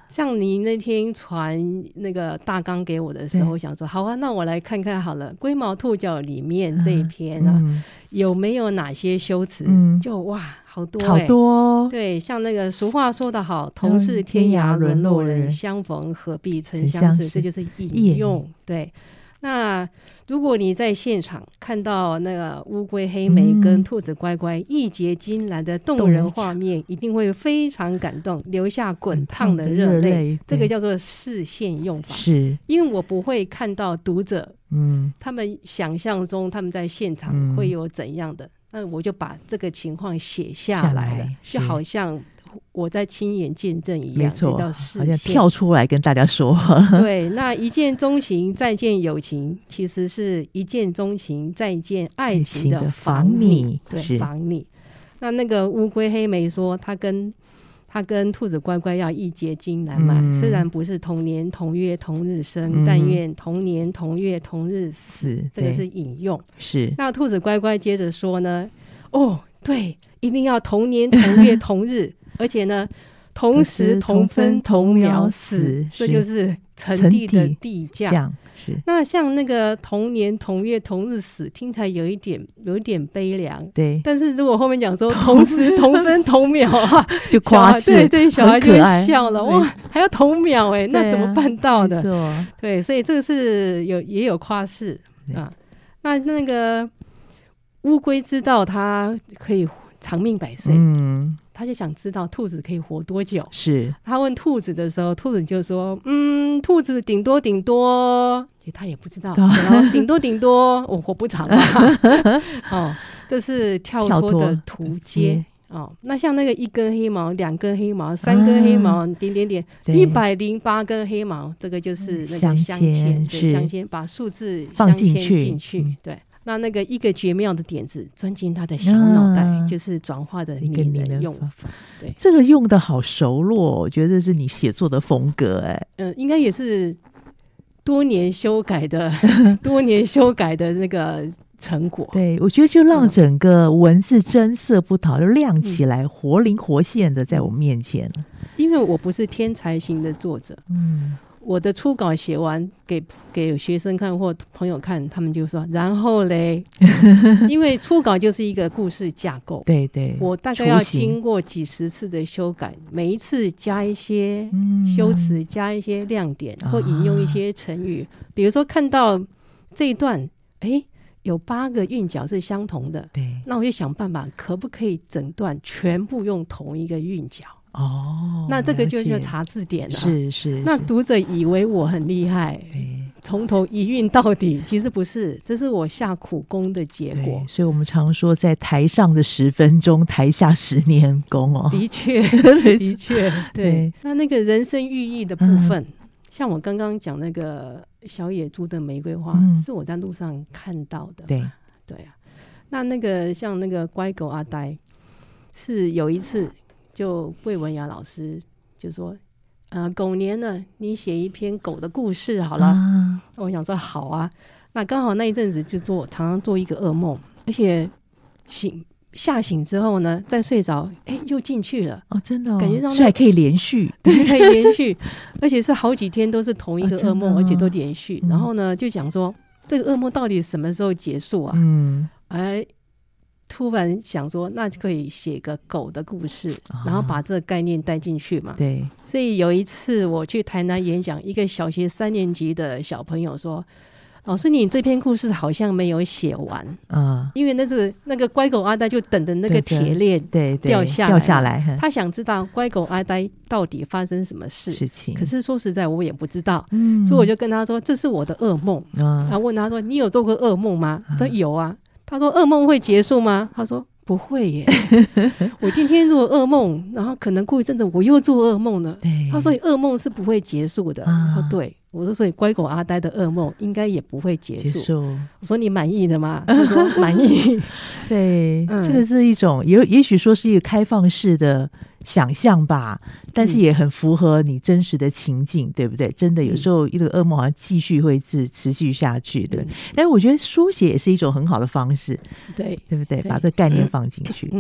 像你那天传那个大纲给我的时候，想说好啊，那我来看看好了，龟毛兔角里面这一篇啊，嗯、有没有哪些修辞？嗯、就哇，好多、欸、 好多。 对，像那个俗话说得好，同是天涯沦落人，相逢何必曾相识，这就是引用。对，那如果你在现场看到那个乌龟黑莓跟兔子乖乖义结金兰的动人画面，一定会非常感动，流下滚烫的热泪。这个叫做视线用法，是因为我不会看到读者嗯，他们想象中他们在现场会有怎样的，那、嗯、我就把这个情况写下来了，就好像我在亲眼见证一样，没错，好像跳出来跟大家说。 对，那一见钟情再见友情，其实是一见钟情再见爱情的防你，对，防你。那那个乌龟黑莓说，他跟他跟兔子乖乖要义结金兰嘛、嗯，虽然不是同年同月同日生，嗯、但愿同年同月同日死，这个是引用。是。那兔子乖乖接着说呢，哦，对，一定要同年同月同日。而且呢，同时同分同秒死，这就是层递的递降。是。那像那个同年同月同日死，听起来有一点有一点悲凉。对。但是如果后面讲说同时同分同秒啊， 就夸饰， 对对，小孩就会笑了，哇，还要同秒哎、欸，那怎么办到的？啊、对，所以这个是有也有夸饰啊。那那个乌龟知道它可以长命百岁，嗯。他就想知道兔子可以活多久。是他问兔子的时候，兔子就说：“嗯，兔子顶多顶多，其实他也不知道，顶多顶多，我活不长吧。”哦，这是跳脱的图接哦。那像那个一根黑毛、两根黑毛、三根黑毛，嗯、点点点，一百零八根黑毛，这个就是那个镶嵌，对，镶嵌，把数字镶嵌进去，嗯、对。那那个一个绝妙的点子钻进他的小脑袋、嗯、就是转化的拟人用法。对， 这个用的好熟络，我觉得是你写作的风格。哎， 嗯、呃，应该也是多年修改的多年修改的那个成果。 对，我觉得就让整个文字真色不逃，就亮起来、嗯、活灵活现的在我们面前。 因为我不是天才型的作者，嗯，我的初稿写完给给学生看或朋友看，他们就说然后嘞因为初稿就是一个故事架构，对对，我大概要经过几十次的修改，每一次加一些修辞、嗯、加一些亮点、啊、或引用一些成语，比如说看到这一段哎有八个韵脚是相同的，对，那我就想办法可不可以整段全部用同一个韵脚。哦，那这个就叫查字典了。是是，那读者以为我很厉害，从头一韵到底，其实不是，这是我下苦功的结果。 所以我们常说，在台上的十分钟，台下十年功哦。 的确，的确，对。那那个人生寓意的部分，嗯、像我刚刚讲那个小野猪的玫瑰花，嗯、是我在路上看到的。对对啊，那那个像那个乖狗阿呆，是有一次。就魏文雅老师就说呃，狗年了，你写一篇狗的故事好了、啊、我想说好啊，那刚好那一阵子就做常常做一个噩梦，而且醒吓醒之后呢再睡着，哎，又进去了哦，真的、哦、感觉上所以还可以连续， 对，可以连续而且是好几天都是同一个噩梦、哦哦、而且都连续、嗯、然后呢就讲说这个噩梦到底什么时候结束啊，嗯，哎突然想说那就可以写个狗的故事、啊、然后把这个概念带进去嘛。对，所以有一次我去台南演讲，一个小学三年级的小朋友说，老师你这篇故事好像没有写完啊，因为那个那个乖狗阿呆就等着那个铁链掉下来，掉下来，他想知道乖狗阿呆到底发生什么事事情，可是说实在我也不知道、嗯、所以我就跟他说这是我的噩梦、啊、然后问他说你有做过噩梦吗？他说有啊。他说噩梦会结束吗？他说不会耶我今天做噩梦，然後可能过一阵子我又做噩梦了。他说噩梦是不会结束的、啊、他说对，我说所以乖狗阿呆的噩梦应该也不会结 束, 结束我说你满意的吗？他说满意对、嗯、这个是一种 也, 也许说是一个开放式的想象吧，但是也很符合你真实的情境、嗯、对不对？真的有时候一个噩梦好像继续会持续下去的、嗯、但是我觉得书写也是一种很好的方式，对对不对？把这个概念放进去。 嗯，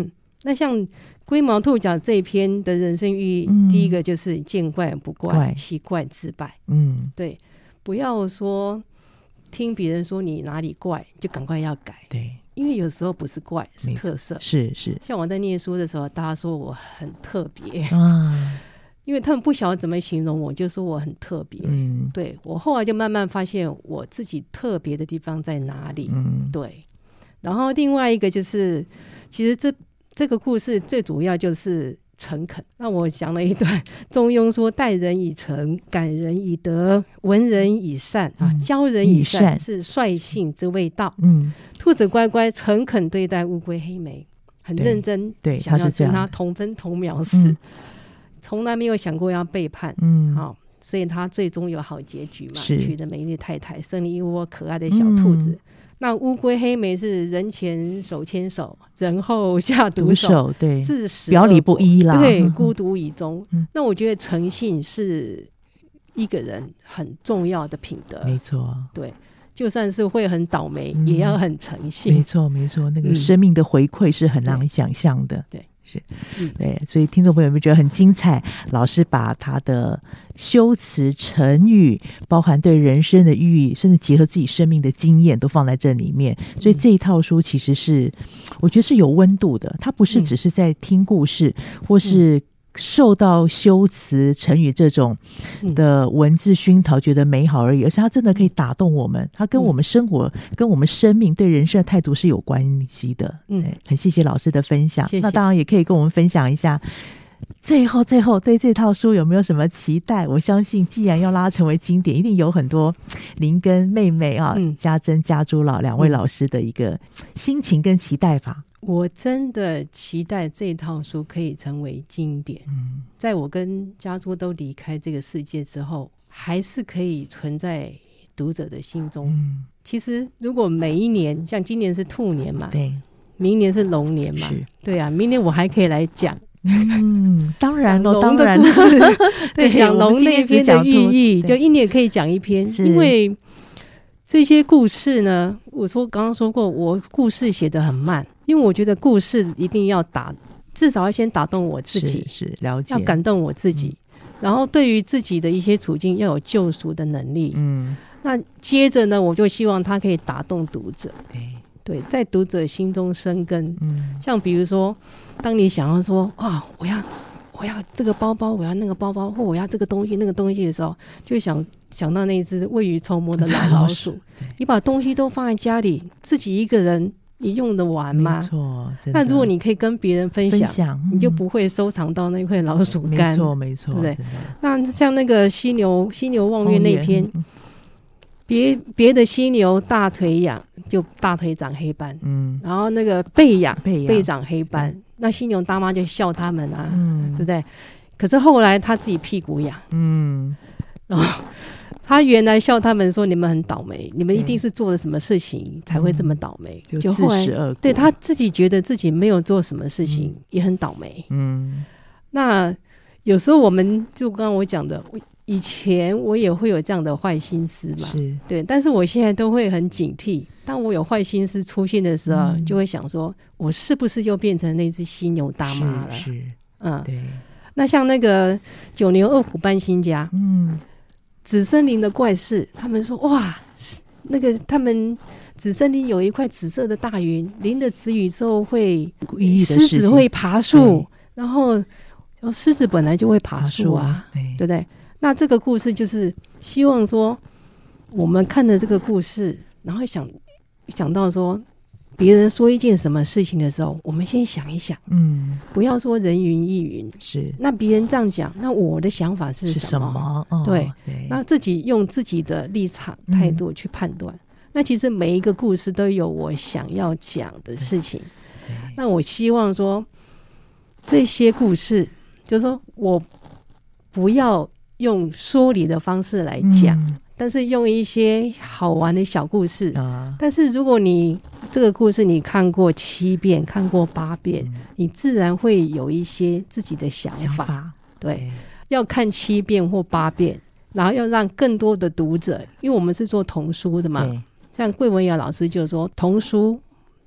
那像龟毛兔讲这一篇的人生寓意、嗯、第一个就是见怪不怪，其怪自败。嗯，对，不要说听别人说你哪里怪就赶快要改，对，因为有时候不是怪，是特色。是是，像我在念书的时候，大家说我很特别啊，因为他们不晓得怎么形容我，就说我很特别。嗯，对，我后来就慢慢发现我自己特别的地方在哪里。嗯，对。然后另外一个就是，其实这这个故事最主要就是诚恳。那我讲了一段，中庸说：“待人以诚，感人以德，闻人以善、嗯、啊，教人以善，以善是率性之谓道。”嗯，兔子乖乖诚恳对待乌龟黑莓，很认真，对，想要跟他同分同秒死，从、嗯、来没有想过要背叛。嗯，好、哦，所以他最终有好结局嘛，娶了美丽太太，生了一窝可爱的小兔子。嗯，那乌龟黑莓是人前手牵手，人后下毒手，毒手对，自食表里不一啦，对，孤独以终、嗯、那我觉得诚信是一个人很重要的品德，没错，对，就算是会很倒霉、嗯、也要很诚信，没错没错，那个生命的回馈是很难以想象的，对，是、嗯、对，所以听众朋友们觉得很精彩，老师把他的修辞成语包含对人生的寓意，甚至结合自己生命的经验都放在这里面，所以这一套书其实是我觉得是有温度的，它不是只是在听故事、嗯、或是受到修辞成语这种的文字熏陶觉得美好而已，而是它真的可以打动我们，它跟我们生活、嗯、跟我们生命对人生的态度是有关系的。嗯，很谢谢老师的分享，谢谢。那当然也可以跟我们分享一下最后最后对这套书有没有什么期待？我相信既然要拉成为经典，一定有很多您跟妹妹啊、嗯、家珍家珠老两位老师的一个心情跟期待吧。我真的期待这套书可以成为经典、嗯、在我跟家珠都离开这个世界之后还是可以存在读者的心中、嗯、其实如果每一年像今年是兔年嘛，对，明年是龙年嘛，对啊，明年我还可以来讲嗯，当然了，当然了，对，讲龙那边的寓意，就一年可以讲一篇，因为这些故事呢，我说刚刚说过，我故事写得很慢，因为我觉得故事一定要打，至少要先打动我自己，是, 是了解，要感动我自己、嗯，然后对于自己的一些处境要有救赎的能力，嗯，那接着呢，我就希望他可以打动读者，对。对，在读者心中生根。嗯，像比如说，当你想要说啊，我要我要这个包包，我要那个包包，或我要这个东西那个东西的时候，就会想想到那只未雨绸缪的老老鼠。你把东西都放在家里，自己一个人，你用得完吗？没错。那如果你可以跟别人分享，分享嗯、你就不会收藏到那块老鼠干。没错，没错，对不对？那像那个犀牛犀牛望月那篇。别别的犀牛大腿痒就大腿长黑斑，嗯，然后那个背痒背, 背长黑斑、嗯，那犀牛大妈就笑他们啊，嗯，对不对？可是后来他自己屁股痒，嗯，然后他原来笑他们说你们很倒霉，你们一定是做了什么事情才会这么倒霉，嗯、就后来对他自己觉得自己没有做什么事情、嗯、也很倒霉，嗯，那有时候我们就刚刚我讲的。以前我也会有这样的坏心思嘛，是对，但是我现在都会很警惕。当我有坏心思出现的时候，嗯、就会想说，我是不是又变成那只犀牛大妈了？是，是嗯，对。那像那个九牛二虎搬新家，嗯，紫森林的怪事，他们说哇，那个他们紫森林有一块紫色的大云，淋了紫雨之后会狮子会爬树，然后狮子本来就会爬树啊，对, 对不对？那这个故事就是希望说我们看了这个故事，然后想想到说别人说一件什么事情的时候，我们先想一想，嗯，不要说人云亦云，是那别人这样讲，那我的想法是什么？是什么？哦、对, 对，那自己用自己的立场态度去判断、嗯。那其实每一个故事都有我想要讲的事情，那我希望说这些故事，就是说我不要用说理的方式来讲、嗯、但是用一些好玩的小故事、啊、但是如果你这个故事你看过七遍看过八遍、嗯、你自然会有一些自己的想法, 想法 对, 对，要看七遍或八遍，然后要让更多的读者，因为我们是做童书的嘛，像桂文雅老师就说童书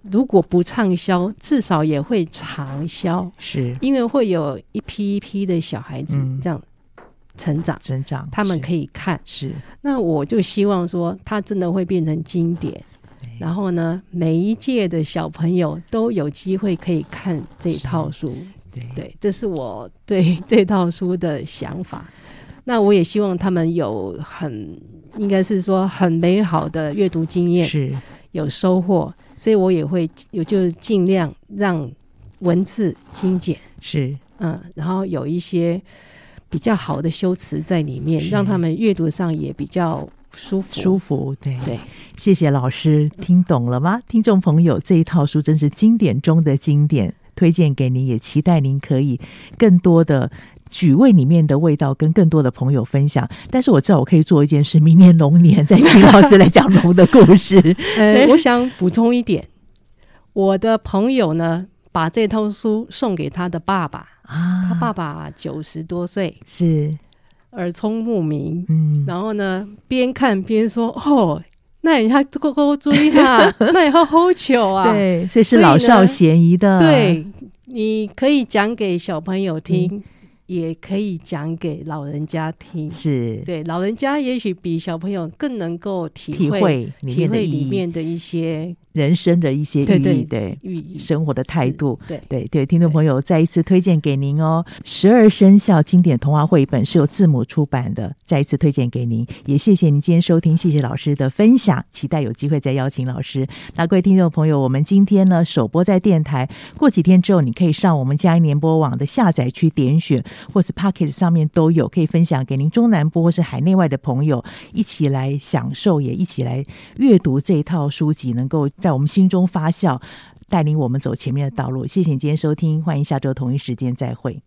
如果不畅销，至少也会长销， 是因为会有一批一批的小孩子这样成长，嗯、 成长， 他们可以看。 是， 那我就希望说，它真的会变成经典。然后呢，每一届的小朋友都有机会可以看这套书。对，对，这是我对这套书的想法。那我也希望他们有很，应该是说很美好的阅读经验， 是有收获，所以我也会有就尽量让文字精简， 是嗯，然后有一些比较好的修辞在里面，让他们阅读上也比较舒服舒服。对对， 谢谢老师，听懂了吗？听众朋友，这一套书真是经典中的经典，推荐给您，也期待您可以更多的举味里面的味道跟更多的朋友分享。但是我知道我可以做一件事，明年龙年再请老师来讲龙的故事。 呃，我想补充一点，我的朋友呢把这套书送给他的爸爸啊，他爸爸九十多岁， 是耳聪目明，嗯，然后呢边看边说哦，那你要够够追哈，那你要 hold 球啊， 对，所以是老少咸宜的。 对，你可以讲给小朋友听。嗯，也可以讲给老人家听，是对老人家也许比小朋友更能够体会体会里面的里面的一些人生的一些寓意，对寓意，生活的态度，对对对。听众朋友，再一次推荐给您哦，《十二生肖经典童话绘本》是由字母出版的，再一次推荐给您。也谢谢您今天收听，谢谢老师的分享，期待有机会再邀请老师。那各位听众朋友，我们今天呢首播在电台，过几天之后你可以上我们佳音联播网的下载区点选，或是 Podcast 上面都有，可以分享给您中南部或是海内外的朋友一起来享受，也一起来阅读这一套书籍，能够在我们心中发酵，带领我们走前面的道路。谢谢你今天收听，欢迎下周同一时间再会。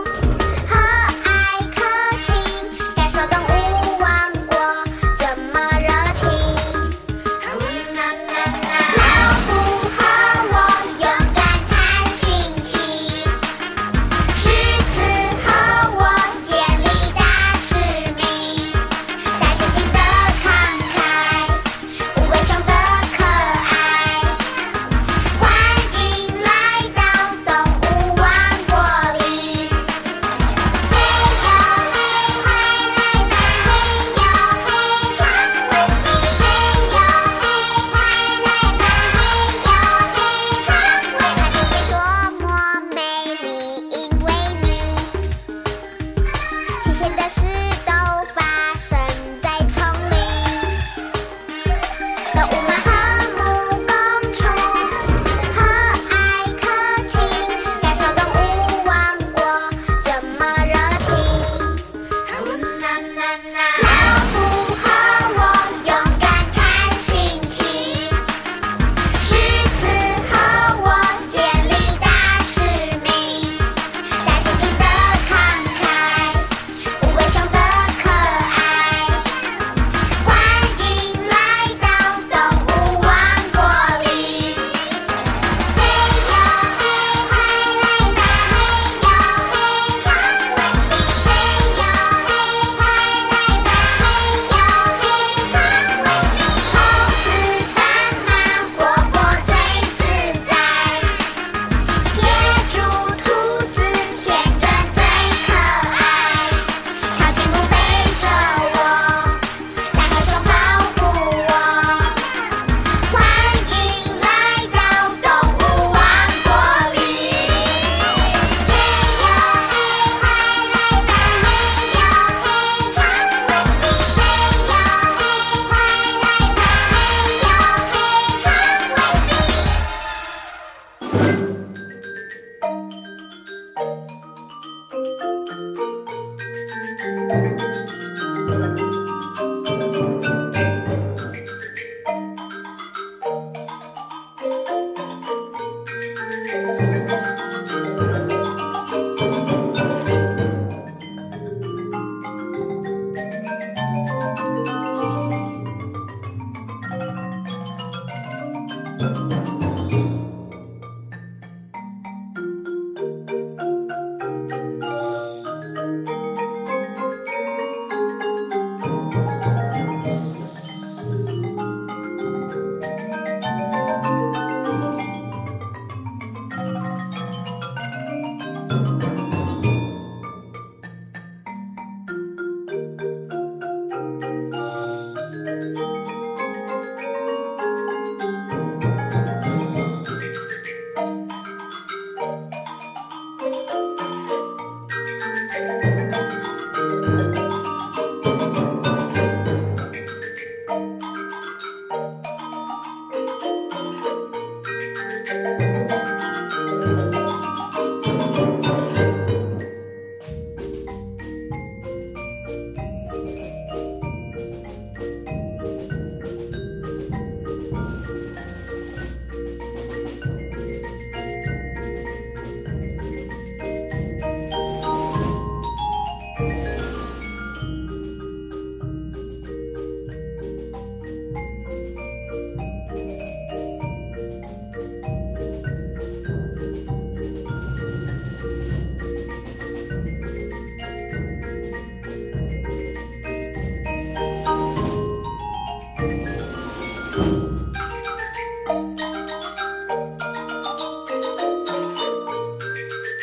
什么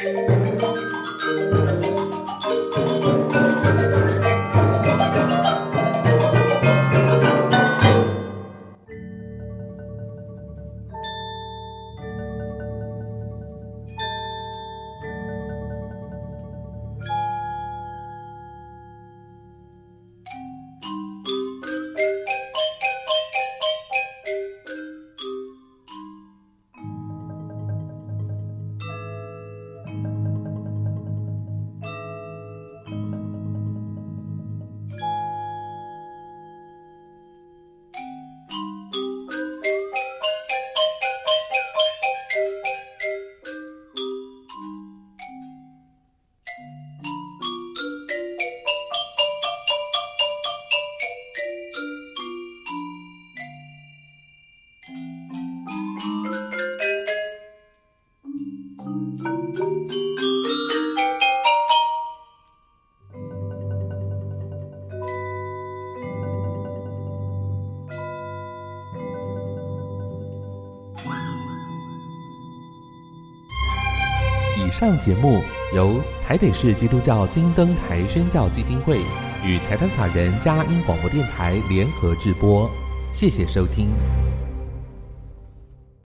以上节目由台北市基督教金灯台宣教基金会与财团法人佳音广播电台联合制播，谢谢收听。